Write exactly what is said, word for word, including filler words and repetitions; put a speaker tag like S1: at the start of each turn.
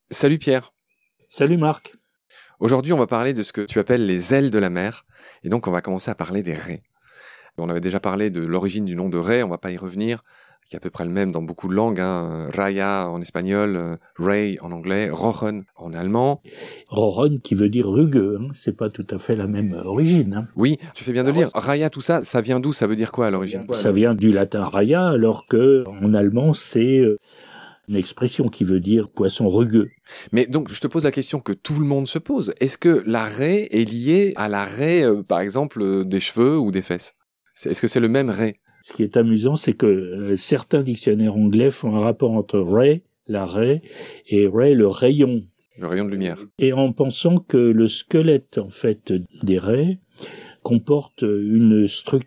S1: Salut Pierre.
S2: Salut Marc.
S1: Aujourd'hui, on va parler de ce que tu appelles les ailes de la mer. Et donc, on va commencer à parler des raies. On avait déjà parlé de l'origine du nom de raie, on va pas y revenir, qui est à peu près le même dans beaucoup de langues. Hein. Raya en espagnol, euh, ray en anglais, rochen en allemand.
S2: Rochen qui veut dire rugueux, hein. C'est pas tout à fait la même origine. Hein.
S1: Oui, tu fais bien de le dire. Raya, tout ça, ça vient d'où? Ça veut dire quoi à l'origine?
S2: Ça vient du latin raya, alors que en allemand, c'est une expression qui veut dire poisson rugueux.
S1: Mais donc, je te pose la question que tout le monde se pose. Est-ce que la raie est liée à la raie, euh, par exemple, euh, des cheveux ou des fesses? C'est, est-ce que c'est le même raie?
S2: Ce qui est amusant, c'est que euh, certains dictionnaires anglais font un rapport entre ray, la raie, et ray, le rayon.
S1: Le rayon de lumière.
S2: Et en pensant que le squelette, en fait, des raies comporte une structure